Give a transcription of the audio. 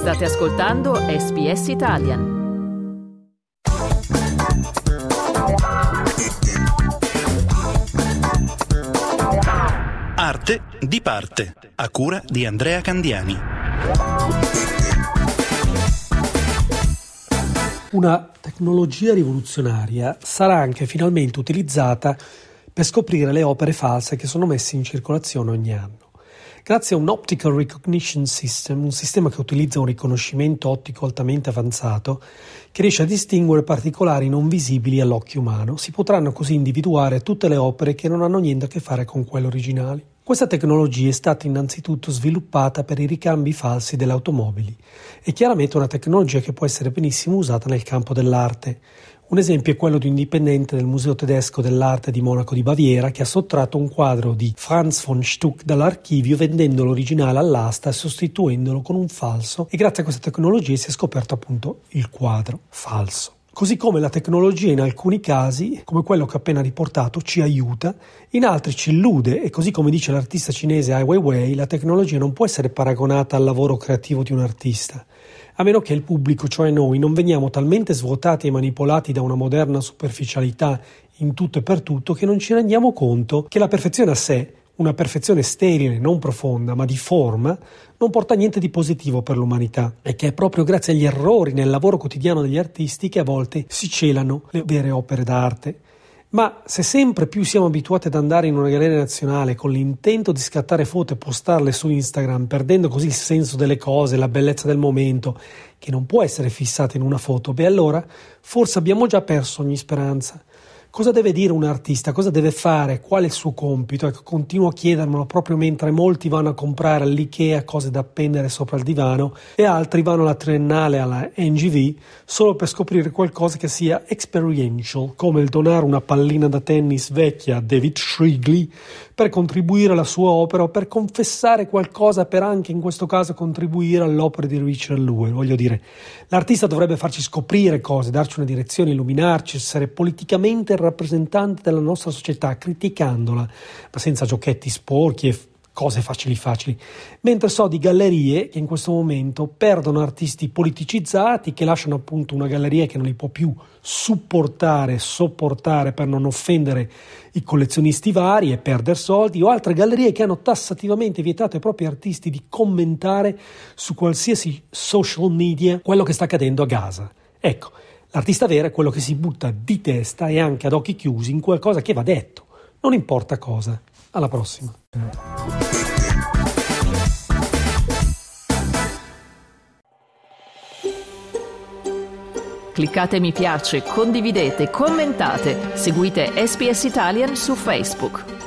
State ascoltando SBS Italian. Arte di parte, a cura di Andrea Candiani. Una tecnologia rivoluzionaria sarà anche finalmente utilizzata per scoprire le opere false che sono messe in circolazione ogni anno. Grazie a un Optical Recognition System, un sistema che utilizza un riconoscimento ottico altamente avanzato, che riesce a distinguere particolari non visibili all'occhio umano, si potranno così individuare tutte le opere che non hanno niente a che fare con quelle originali. Questa tecnologia è stata innanzitutto sviluppata per i ricambi falsi delle automobili. È chiaramente una tecnologia che può essere benissimo usata nel campo dell'arte. Un esempio è quello di un dipendente del Museo tedesco dell'arte di Monaco di Baviera che ha sottratto un quadro di Franz von Stuck dall'archivio vendendo l'originale all'asta e sostituendolo con un falso, e grazie a questa tecnologia si è scoperto appunto il quadro falso. Così come la tecnologia in alcuni casi, come quello che ho appena riportato, ci aiuta, in altri ci illude, e così come dice l'artista cinese Ai Weiwei, la tecnologia non può essere paragonata al lavoro creativo di un artista, a meno che il pubblico, cioè noi, non veniamo talmente svuotati e manipolati da una moderna superficialità in tutto e per tutto che non ci rendiamo conto che la perfezione a sé, una perfezione sterile, non profonda, ma di forma, non porta niente di positivo per l'umanità, e che è proprio grazie agli errori nel lavoro quotidiano degli artisti che a volte si celano le vere opere d'arte. Ma se sempre più siamo abituati ad andare in una galleria nazionale con l'intento di scattare foto e postarle su Instagram, perdendo così il senso delle cose, la bellezza del momento, che non può essere fissata in una foto, allora forse abbiamo già perso ogni speranza. Cosa deve dire un artista? Cosa deve fare? Qual è il suo compito? Ecco, continuo a chiedermelo proprio mentre molti vanno a comprare all'Ikea cose da appendere sopra il divano e altri vanno alla Triennale, alla NGV, solo per scoprire qualcosa che sia experiential, come il donare una pallina da tennis vecchia a David Shrigley per contribuire alla sua opera o per confessare qualcosa per anche in questo caso contribuire all'opera di Richard Louvre. Voglio dire, l'artista dovrebbe farci scoprire cose, darci una direzione, illuminarci, essere politicamente rappresentante della nostra società, criticandola, ma senza giochetti sporchi e cose facili, mentre so di gallerie che in questo momento perdono artisti politicizzati, che lasciano appunto una galleria che non li può più sopportare per non offendere i collezionisti vari e perdere soldi, o altre gallerie che hanno tassativamente vietato ai propri artisti di commentare su qualsiasi social media quello che sta accadendo a Gaza. Ecco, l'artista vero è quello che si butta di testa e anche ad occhi chiusi in qualcosa che va detto, non importa cosa. Alla prossima. Cliccate mi piace, condividete, commentate, seguite SBS Italian su Facebook.